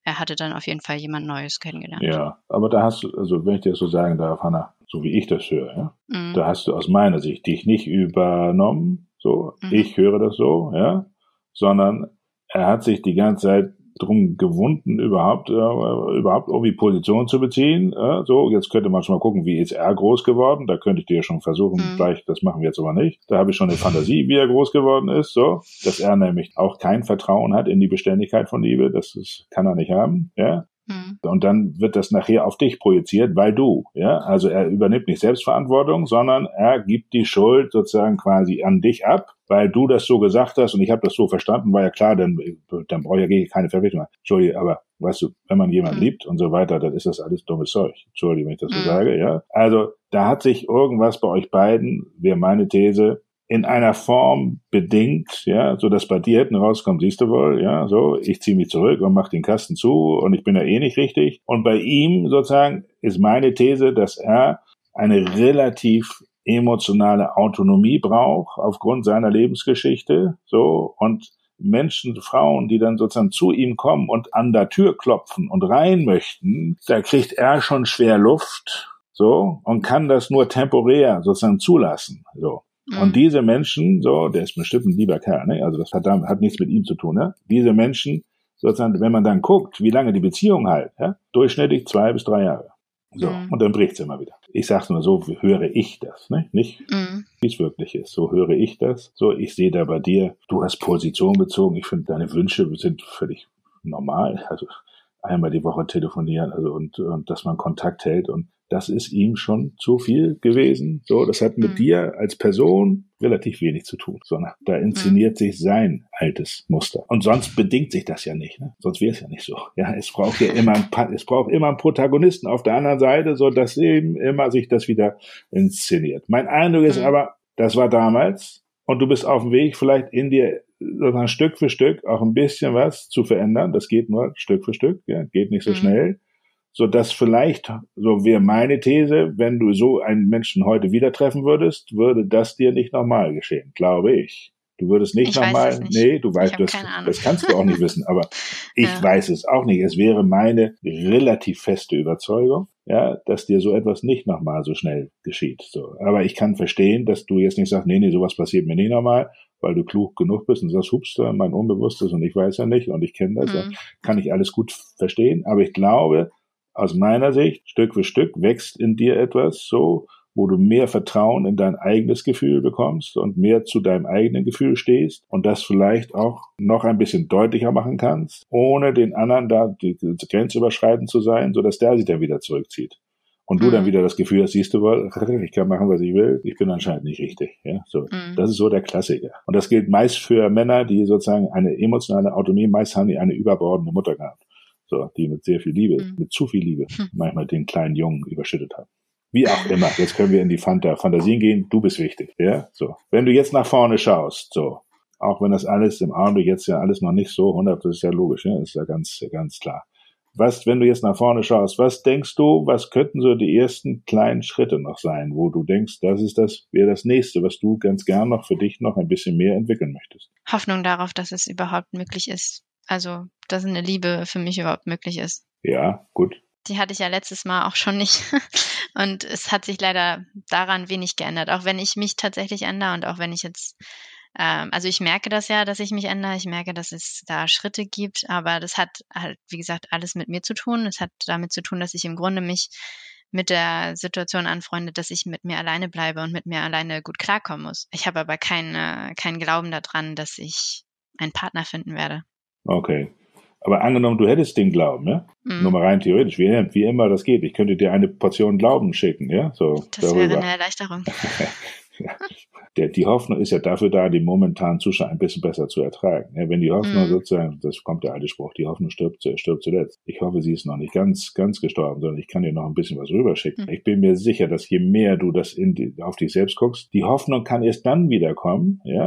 er hatte dann auf jeden Fall jemand Neues kennengelernt. Ja, aber da hast du, also wenn ich dir das so sagen darf, Hannah, so wie ich das höre, ja, Mhm. da hast du aus meiner Sicht dich nicht übernommen, so, Mhm. ich höre das so, ja, sondern er hat sich die ganze Zeit drum gewunden, überhaupt, äh, überhaupt irgendwie Position zu beziehen. Äh, so, jetzt könnte man schon mal gucken, wie ist er groß geworden. Da könnte ich dir schon versuchen, Mhm. gleich, das machen wir jetzt aber nicht. Da habe ich schon eine Fantasie, wie er groß geworden ist, so, dass er nämlich auch kein Vertrauen hat in die Beständigkeit von Liebe. Das ist, kann er nicht haben, ja. Mhm. Und dann wird das nachher auf dich projiziert, weil du, ja, also er übernimmt nicht Selbstverantwortung, sondern er gibt die Schuld sozusagen quasi an dich ab, weil du das so gesagt hast und ich habe das so verstanden, war ja klar, dann, dann brauche ich ja keine Verpflichtung mehr. Entschuldige, aber weißt du, wenn man jemanden Mhm. liebt und so weiter, dann ist das alles dummes Zeug. Entschuldige, wenn ich das so Mhm. sage, ja. Also da hat sich irgendwas bei euch beiden, wäre meine These, in einer Form bedingt, ja, so dass bei dir hinten rauskommt, siehst du wohl, ja, so, ich ziehe mich zurück und mach den Kasten zu und ich bin ja eh nicht richtig. Und bei ihm sozusagen ist meine These, dass er eine relativ emotionale Autonomie braucht aufgrund seiner Lebensgeschichte, so, und Menschen, Frauen, die dann sozusagen zu ihm kommen und an der Tür klopfen und rein möchten, da kriegt er schon schwer Luft, so, und kann das nur temporär sozusagen zulassen, so. Und diese Menschen, so, der ist bestimmt ein lieber Kerl, ne? Also das hat, hat nichts mit ihm zu tun, ne? Diese Menschen, sozusagen, wenn man dann guckt, wie lange die Beziehung halt, ja, durchschnittlich zwei bis drei Jahre. So, Mhm. und dann bricht's immer wieder. Ich sag's nur so, höre ich das, ne? Nicht, Mhm. wie es wirklich ist. So höre ich das. So, ich sehe da bei dir, du hast Position bezogen. Ich finde, deine Wünsche sind völlig normal. Also einmal die Woche telefonieren, also und, und dass man Kontakt hält, und das ist ihm schon zu viel gewesen. So, das hat mit Mhm. dir als Person relativ wenig zu tun, sondern da inszeniert sich sein altes Muster. Und sonst bedingt sich das ja nicht, ne? Sonst wäre es ja nicht so. Ja, es braucht ja immer ein, Pa- es braucht immer einen Protagonisten auf der anderen Seite, so dass eben immer sich das wieder inszeniert. Mein Eindruck ist Mhm. aber, das war damals, und du bist auf dem Weg, vielleicht in dir sozusagen Stück für Stück auch ein bisschen was zu verändern. Das geht nur Stück für Stück, ja, geht nicht so Mhm. schnell. So dass vielleicht, so wäre meine These, wenn du so einen Menschen heute wieder treffen würdest, würde das dir nicht nochmal geschehen, glaube ich. Du würdest nicht Ich weiß es nochmal, nicht. nee, du Ich weißt, habe das, keine Ahnung. das kannst du auch nicht wissen, aber ich Ja. weiß es auch nicht. Es wäre meine relativ feste Überzeugung, ja, dass dir so etwas nicht nochmal so schnell geschieht. So. Aber ich kann verstehen, dass du jetzt nicht sagst, nee, nee, sowas passiert mir nicht nochmal, weil du klug genug bist und sagst, hups, mein Unbewusstes und ich weiß ja nicht und ich kenne das, Mhm. kann ich alles gut verstehen. Aber ich glaube, aus meiner Sicht, Stück für Stück wächst in dir etwas so, wo du mehr Vertrauen in dein eigenes Gefühl bekommst und mehr zu deinem eigenen Gefühl stehst und das vielleicht auch noch ein bisschen deutlicher machen kannst, ohne den anderen da die Grenze überschreitend zu sein, sodass der sich dann wieder zurückzieht. Und du Mhm. dann wieder das Gefühl hast, siehst du wohl, ich kann machen, was ich will, ich bin anscheinend nicht richtig. Ja, so. Mhm. Das ist so der Klassiker. Und das gilt meist für Männer, die sozusagen eine emotionale Autonomie, meist haben die eine überbordende Mutter gehabt. So, die mit sehr viel Liebe, Mhm. mit zu viel Liebe, manchmal den kleinen Jungen überschüttet haben. Wie auch immer. Jetzt können wir in die Fanta Fantasien gehen. Du bist wichtig. Ja, so. Wenn du jetzt nach vorne schaust, so. Auch wenn das alles im Augenblick jetzt ja alles noch nicht so hundert, das ist ja logisch, ja, das ist ja ganz, ganz klar. Was, wenn du jetzt nach vorne schaust, was denkst du, was könnten so die ersten kleinen Schritte noch sein, wo du denkst, das ist das, wäre das nächste, was du ganz gern noch für dich noch ein bisschen mehr entwickeln möchtest? Hoffnung darauf, dass es überhaupt möglich ist. Also, dass eine Liebe für mich überhaupt möglich ist. Ja, gut. Die hatte ich ja letztes Mal auch schon nicht. Und es hat sich leider daran wenig geändert, auch wenn ich mich tatsächlich ändere und auch wenn ich jetzt, ähm, also ich merke das ja, dass ich mich ändere. Ich merke, dass es da Schritte gibt, aber das hat halt, wie gesagt, alles mit mir zu tun. Es hat damit zu tun, dass ich im Grunde mich mit der Situation anfreunde, dass ich mit mir alleine bleibe und mit mir alleine gut klarkommen muss. Ich habe aber keine, keinen Glauben daran, dass ich einen Partner finden werde. Okay. Aber angenommen, du hättest den Glauben, ja? Mhm. Nur mal rein theoretisch, wie, wie immer das geht. Ich könnte dir eine Portion Glauben schicken, ja? So, Das darüber. wäre eine Erleichterung. Ja. Der, die Hoffnung ist ja dafür da, den momentanen Zustand ein bisschen besser zu ertragen. Ja, wenn die Hoffnung Mhm. sozusagen, das kommt der alte Spruch, die Hoffnung stirbt, stirbt zuletzt. Ich hoffe, sie ist noch nicht ganz, ganz gestorben, sondern ich kann dir noch ein bisschen was rüberschicken. Mhm. Ich bin mir sicher, dass je mehr du das in die, auf dich selbst guckst, die Hoffnung kann erst dann wiederkommen, ja,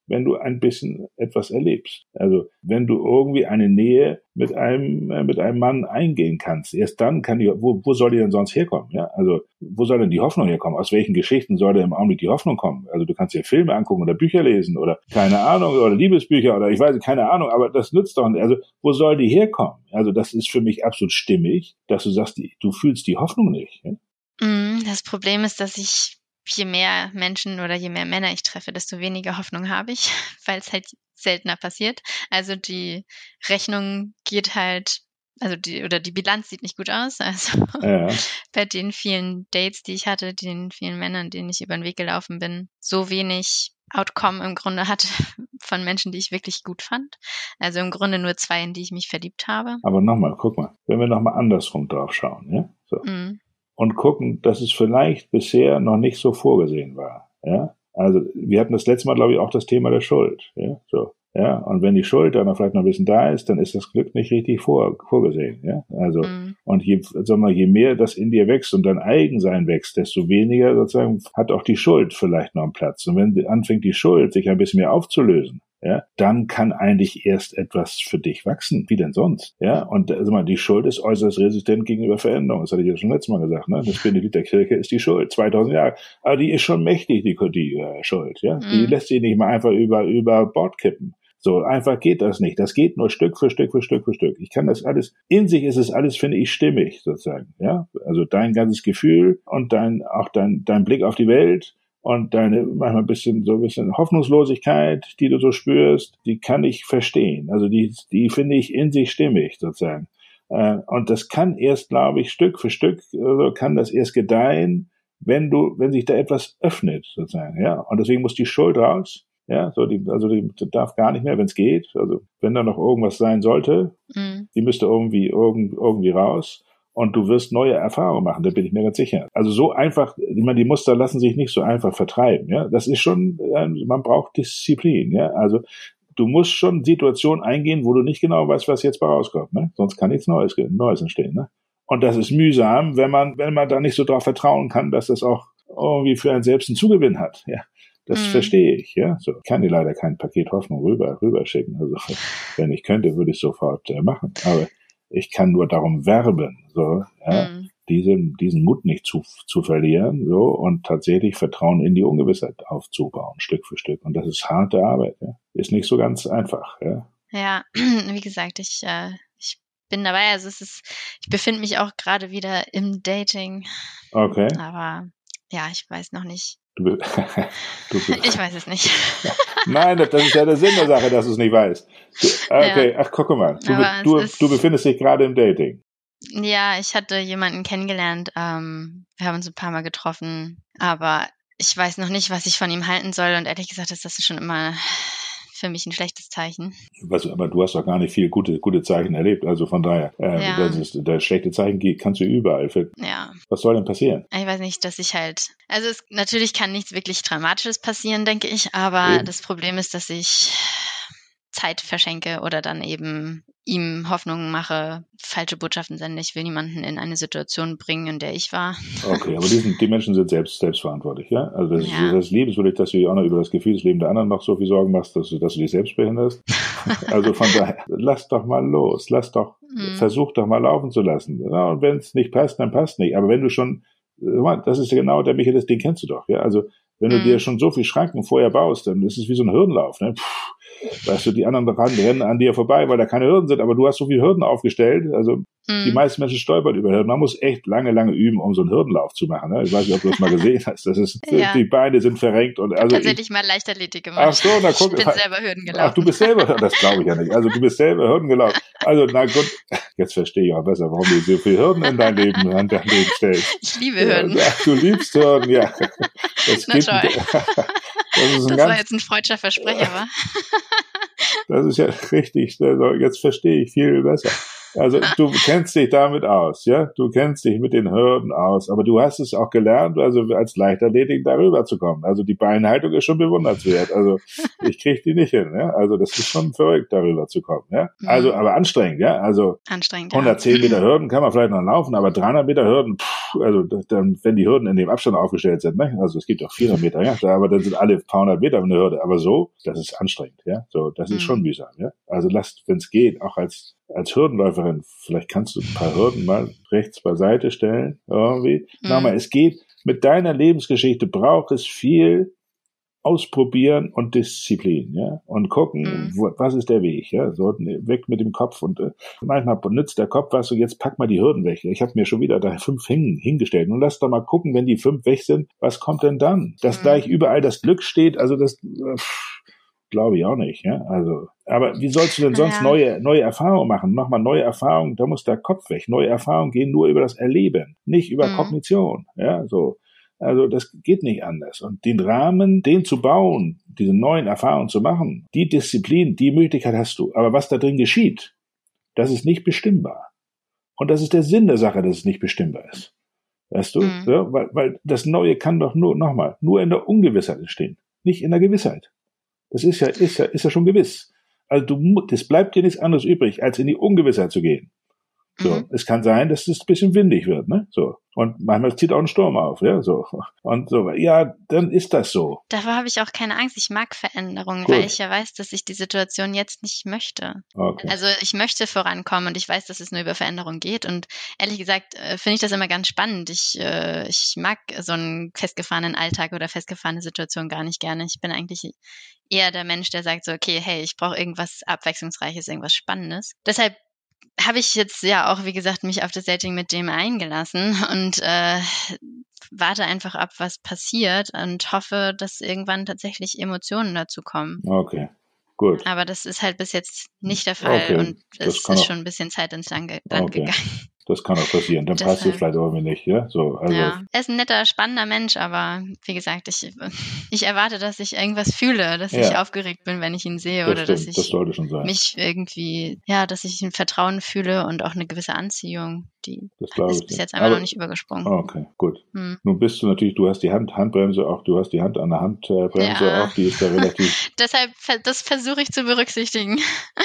wenn du ein bisschen etwas erlebst. Also wenn du irgendwie eine Nähe mit einem äh, mit einem Mann eingehen kannst, erst dann kann die, wo, wo soll die denn sonst herkommen? Ja, also wo soll denn die Hoffnung herkommen? Aus welchen Geschichten soll denn im Augenblick die Hoffnung kommen? Also du kannst dir Filme angucken oder Bücher lesen oder keine Ahnung oder Liebesbücher oder ich weiß keine Ahnung, aber das nützt doch nicht. Also wo soll die herkommen? Also das ist für mich absolut stimmig, dass du sagst, die, du fühlst die Hoffnung nicht. Ja? Das Problem ist, dass ich je mehr Menschen oder je mehr Männer ich treffe, desto weniger Hoffnung habe ich, weil es halt seltener passiert. Also die Rechnung geht halt, also die, oder die Bilanz sieht nicht gut aus. Also Ja. bei den vielen Dates, die ich hatte, den vielen Männern, denen ich über den Weg gelaufen bin, so wenig Outcome im Grunde hatte von Menschen, die ich wirklich gut fand. Also im Grunde nur zwei, in die ich mich verliebt habe. Aber nochmal, guck mal, wenn wir nochmal andersrum drauf schauen, ja, so. Mm. Und gucken, dass es vielleicht bisher noch nicht so vorgesehen war, ja. Also wir hatten das letzte Mal, glaube ich, auch das Thema der Schuld, ja, so. Ja, und wenn die Schuld dann vielleicht noch ein bisschen da ist, dann ist das Glück nicht richtig vor, vorgesehen, ja. Also, mm. und je, sag mal, je mehr das in dir wächst und dein Eigensein wächst, desto weniger sozusagen hat auch die Schuld vielleicht noch einen Platz. Und wenn anfängt die Schuld sich ein bisschen mehr aufzulösen, ja, dann kann eigentlich erst etwas für dich wachsen. Wie denn sonst? Ja, und also mal, die Schuld ist äußerst resistent gegenüber Veränderung. Das hatte ich ja schon letztes Mal gesagt, ne? Das Benedikt der Kirche ist die Schuld. zweitausend Jahre. Aber die ist schon mächtig, die, die äh, Schuld, ja. Mhm. Die lässt sich nicht mal einfach über, über Bord kippen. So einfach geht das nicht. Das geht nur Stück für Stück für Stück für Stück. Ich kann das alles, in sich ist es alles, finde ich, stimmig, sozusagen, ja. Also dein ganzes Gefühl und dein, auch dein, dein Blick auf die Welt, und deine manchmal ein bisschen so ein bisschen Hoffnungslosigkeit, die du so spürst, die kann ich verstehen. Also die, die finde ich in sich stimmig sozusagen. Und das kann erst, glaube ich, Stück für Stück, also kann das erst gedeihen, wenn du, wenn sich da etwas öffnet sozusagen. Ja. Und deswegen muss die Schuld raus. Ja, so die, also die darf gar nicht mehr, wenn es geht. Also wenn da noch irgendwas sein sollte, mhm. die müsste irgendwie irgend, irgendwie raus. Und du wirst neue Erfahrungen machen, da bin ich mir ganz sicher. Also so einfach, ich meine, die Muster lassen sich nicht so einfach vertreiben, ja. Das ist schon, man braucht Disziplin, ja. Also du musst schon Situationen eingehen, wo du nicht genau weißt, was jetzt bei rauskommt, ne. Sonst kann nichts Neues, Neues entstehen, ne. Und das ist mühsam, wenn man, wenn man da nicht so drauf vertrauen kann, dass das auch irgendwie für einen selbst einen Zugewinn hat, ja. Das mhm. verstehe ich, ja. So, ich kann dir leider kein Paket Hoffnung rüber, rüberschicken. Also, wenn ich könnte, würde ich sofort äh, machen. Aber ich kann nur darum werben, so, ja, mhm. diesen, diesen Mut nicht zu, zu verlieren, so, und tatsächlich Vertrauen in die Ungewissheit aufzubauen, Stück für Stück. Und das ist harte Arbeit, ja. Ist nicht so ganz einfach, ja. Ja, wie gesagt, ich, äh, ich bin dabei, also es ist, ich befinde mich auch gerade wieder im Dating. Okay. Aber, ja, ich weiß noch nicht. Du, du, ich weiß es nicht. Nein, das ist ja der Sinn der Sache, dass du es nicht weißt. Du, okay, ja. Ach, guck mal, du, du, du befindest dich gerade im Dating. Ja, ich hatte jemanden kennengelernt, ähm, wir haben uns ein paar Mal getroffen, aber ich weiß noch nicht, was ich von ihm halten soll, und ehrlich gesagt ist das schon immer für mich ein schlechtes Zeichen. Was, aber du hast doch gar nicht viel gute, gute Zeichen erlebt, also von daher, äh, ja. das ist, das schlechte Zeichen kannst du überall finden. Ja. Was soll denn passieren? Ich weiß nicht, dass ich halt, also es, natürlich kann nichts wirklich Dramatisches passieren, denke ich, aber Eben. Das Problem ist, dass ich Zeit verschenke oder dann eben ihm Hoffnungen mache, falsche Botschaften sende. Ich will niemanden in eine Situation bringen, in der ich war. Okay, aber die, sind, die Menschen sind selbst selbstverantwortlich, ja? Also das, ja. ist, das ist liebenswürdig, dass du dir auch noch über das Gefühlsleben der anderen noch so viel Sorgen machst, dass du, dass du dich selbst behinderst. Also von daher, lass doch mal los, lass doch, mhm. versuch doch mal laufen zu lassen. Ja, und wenn es nicht passt, dann passt nicht. Aber wenn du schon, das ist ja genau der Michael, den kennst du doch, ja? Also wenn du mhm. dir schon so viel Schranken vorher baust, dann ist es wie so ein Hürdenlauf, ne? Puh. Weißt du, die anderen rennen an dir vorbei, weil da keine Hürden sind, aber du hast so viele Hürden aufgestellt, also mm. die meisten Menschen stolpern über Hürden. Man muss echt lange, lange üben, um so einen Hürdenlauf zu machen. Ne? Ich weiß nicht, ob du das mal gesehen hast. Das ist, ja. Die Beine sind verrenkt. Und ich also habe tatsächlich ich, mal Leichtathletik gemacht. Ach so, na guck. Ich bin selber Hürden gelaufen. Ach, du bist selber, das glaube ich ja nicht. Also du bist selber Hürden gelaufen. Also na gut, jetzt verstehe ich auch besser, warum du so viele Hürden in dein Leben, an dein Leben stellst. Ich liebe Hürden. Ja, du liebst Hürden, ja. Das, na geht, toll. das, ist ein das ganz, war jetzt ein freudscher Versprecher, wa? Das ist ja richtig, also jetzt verstehe ich viel besser. Also du kennst dich damit aus, ja, du kennst dich mit den Hürden aus, aber du hast es auch gelernt, also als Leichtathletik darüber zu kommen. Also die Beinhaltung ist schon bewundernswert, also ich kriege die nicht hin, ja, also das ist schon verrückt, darüber zu kommen, ja. Also, aber anstrengend, ja, also anstrengend, hundertzehn ja. Meter Hürden kann man vielleicht noch laufen, aber dreihundert Meter Hürden, pff, also dann, wenn die Hürden in dem Abstand aufgestellt sind, ne? Also es gibt auch vierhundert Meter, ja, aber dann sind alle paar hundert Meter eine Hürde, aber so, das ist anstrengend, ja, so, das ist mhm. schon mühsam, ja. Also lasst, wenn es geht, auch als als Hürdenläuferin, vielleicht kannst du ein paar Hürden mal rechts beiseite stellen, irgendwie. Mhm. Nochmal, es geht, mit deiner Lebensgeschichte braucht es viel Ausprobieren und Disziplin, ja, und gucken, mhm. wo, was ist der Weg, ja, so weg mit dem Kopf und äh, manchmal nützt der Kopf was, so jetzt pack mal die Hürden weg. Ich habe mir schon wieder da fünf hin, hingestellt und lass doch mal gucken, wenn die fünf weg sind, was kommt denn dann? Dass mhm. gleich überall das Glück steht, also das äh, glaube ich auch nicht, ja, also, aber wie sollst du denn sonst ja. neue neue Erfahrungen machen? Nochmal neue Erfahrungen, da muss der Kopf weg. Neue Erfahrungen gehen nur über das Erleben, nicht über mhm. Kognition, ja, so. Also das geht nicht anders. Und den Rahmen, den zu bauen, diese neuen Erfahrungen zu machen, die Disziplin, die Möglichkeit hast du. Aber was da drin geschieht, das ist nicht bestimmbar. Und das ist der Sinn der Sache, dass es nicht bestimmbar ist. Weißt du? Mhm. Ja, weil, weil das Neue kann doch nur, nochmal, nur in der Ungewissheit entstehen. Nicht in der Gewissheit. Das ist ja, ist ja, ist ja schon gewiss. Also du, das bleibt dir nichts anderes übrig, als in die Ungewissheit zu gehen. So, mhm. es kann sein, dass es ein bisschen windig wird, ne? So. Und manchmal zieht auch ein Sturm auf, ja, so. Und so, ja, dann ist das so. Davor habe ich auch keine Angst. Ich mag Veränderungen, Gut. weil ich ja weiß, dass ich die Situation jetzt nicht möchte. Okay. Also ich möchte vorankommen und ich weiß, dass es nur über Veränderung geht. Und ehrlich gesagt äh, finde ich das immer ganz spannend. Ich, äh, ich mag so einen festgefahrenen Alltag oder festgefahrene Situation gar nicht gerne. Ich bin eigentlich eher der Mensch, der sagt so, okay, hey, ich brauche irgendwas Abwechslungsreiches, irgendwas Spannendes. Deshalb habe ich jetzt ja auch, wie gesagt, mich auf das Dating mit dem eingelassen und äh, warte einfach ab, was passiert und hoffe, dass irgendwann tatsächlich Emotionen dazu kommen. Okay, gut. Aber das ist halt bis jetzt nicht der Fall okay. und es ist auch schon ein bisschen Zeit ins Land ge- okay. gegangen. Das kann auch passieren. Dann passt es vielleicht irgendwie nicht, ja? So, also. Ja, er ist ein netter, spannender Mensch, aber wie gesagt, ich, ich erwarte, dass ich irgendwas fühle, dass ja. ich aufgeregt bin, wenn ich ihn sehe das oder stimmt. dass ich das sollte schon sein. mich irgendwie, ja, dass ich ein Vertrauen fühle und auch eine gewisse Anziehung, die ist bis jetzt einfach noch nicht übergesprungen. Okay, gut. Hm. Nun bist du natürlich, du hast die Hand, Handbremse auch, du hast die Hand an der Handbremse ja. auch, die ist da relativ. Deshalb, das versuche ich zu berücksichtigen.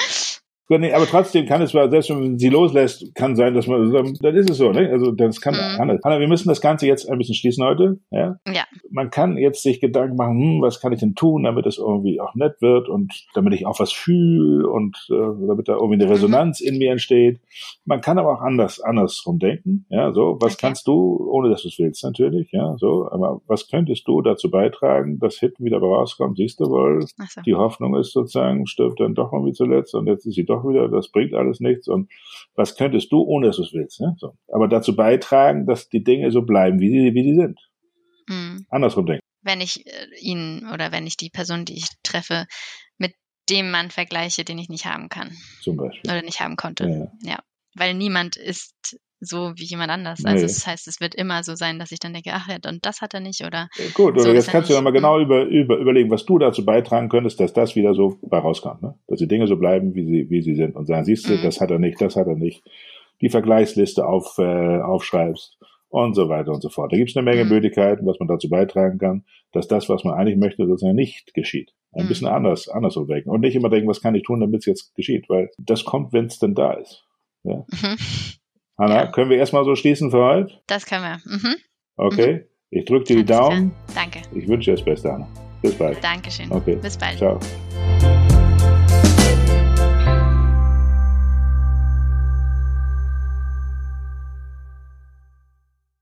Nee, aber trotzdem kann es, selbst wenn man sie loslässt, kann sein, dass man, dann ist es so, ne? Also, das kann, mhm. Hanna, Hanna, wir müssen das Ganze jetzt ein bisschen schließen heute, ja? Ja. Man kann jetzt sich Gedanken machen, hm, was kann ich denn tun, damit es irgendwie auch nett wird und damit ich auch was fühle und äh, damit da irgendwie eine Resonanz mhm. in mir entsteht. Man kann aber auch anders, andersrum denken, ja, so, was okay. kannst du, ohne dass du es willst natürlich, ja, so, aber was könntest du dazu beitragen, dass Hitten wieder rauskommt, siehst du wohl, so. Die Hoffnung ist sozusagen, stirbt dann doch mal wie zuletzt und jetzt ist sie doch wieder, das bringt alles nichts und was könntest du, ohne dass du es willst, ne? So. Aber dazu beitragen, dass die Dinge so bleiben, wie sie, wie sie sind. Mhm. Andersrum denken. Wenn ich äh, ihn oder wenn ich die Person, die ich treffe, mit dem Mann vergleiche, den ich nicht haben kann. Zum Beispiel. Oder nicht haben konnte. Ja, ja. ja. Weil niemand ist so wie jemand anders. Also nee. Das heißt, es wird immer so sein, dass ich dann denke, ach ja, und das hat er nicht oder ja, gut, oder so jetzt kannst du nochmal genau über, über, überlegen, was du dazu beitragen könntest, dass das wieder so bei rauskommt, ne? Dass die Dinge so bleiben, wie sie, wie sie sind und sagen, siehst du, mhm. das hat er nicht, das hat er nicht. Die Vergleichsliste auf, äh, aufschreibst und so weiter und so fort. Da gibt es eine Menge mhm. Möglichkeiten, was man dazu beitragen kann, dass das, was man eigentlich möchte, sozusagen nicht geschieht. Ein mhm. bisschen anders, anders so denken und nicht immer denken, was kann ich tun, damit es jetzt geschieht, weil das kommt, wenn es denn da ist. Ja? Mhm. Hanna, ja. können wir erstmal so schließen für heute? Das können wir. Mhm. Okay, mhm. ich drücke dir die Daumen. Danke. Ich wünsche dir das Beste, Hanna. Bis bald. Dankeschön. Okay. Bis bald. Ciao.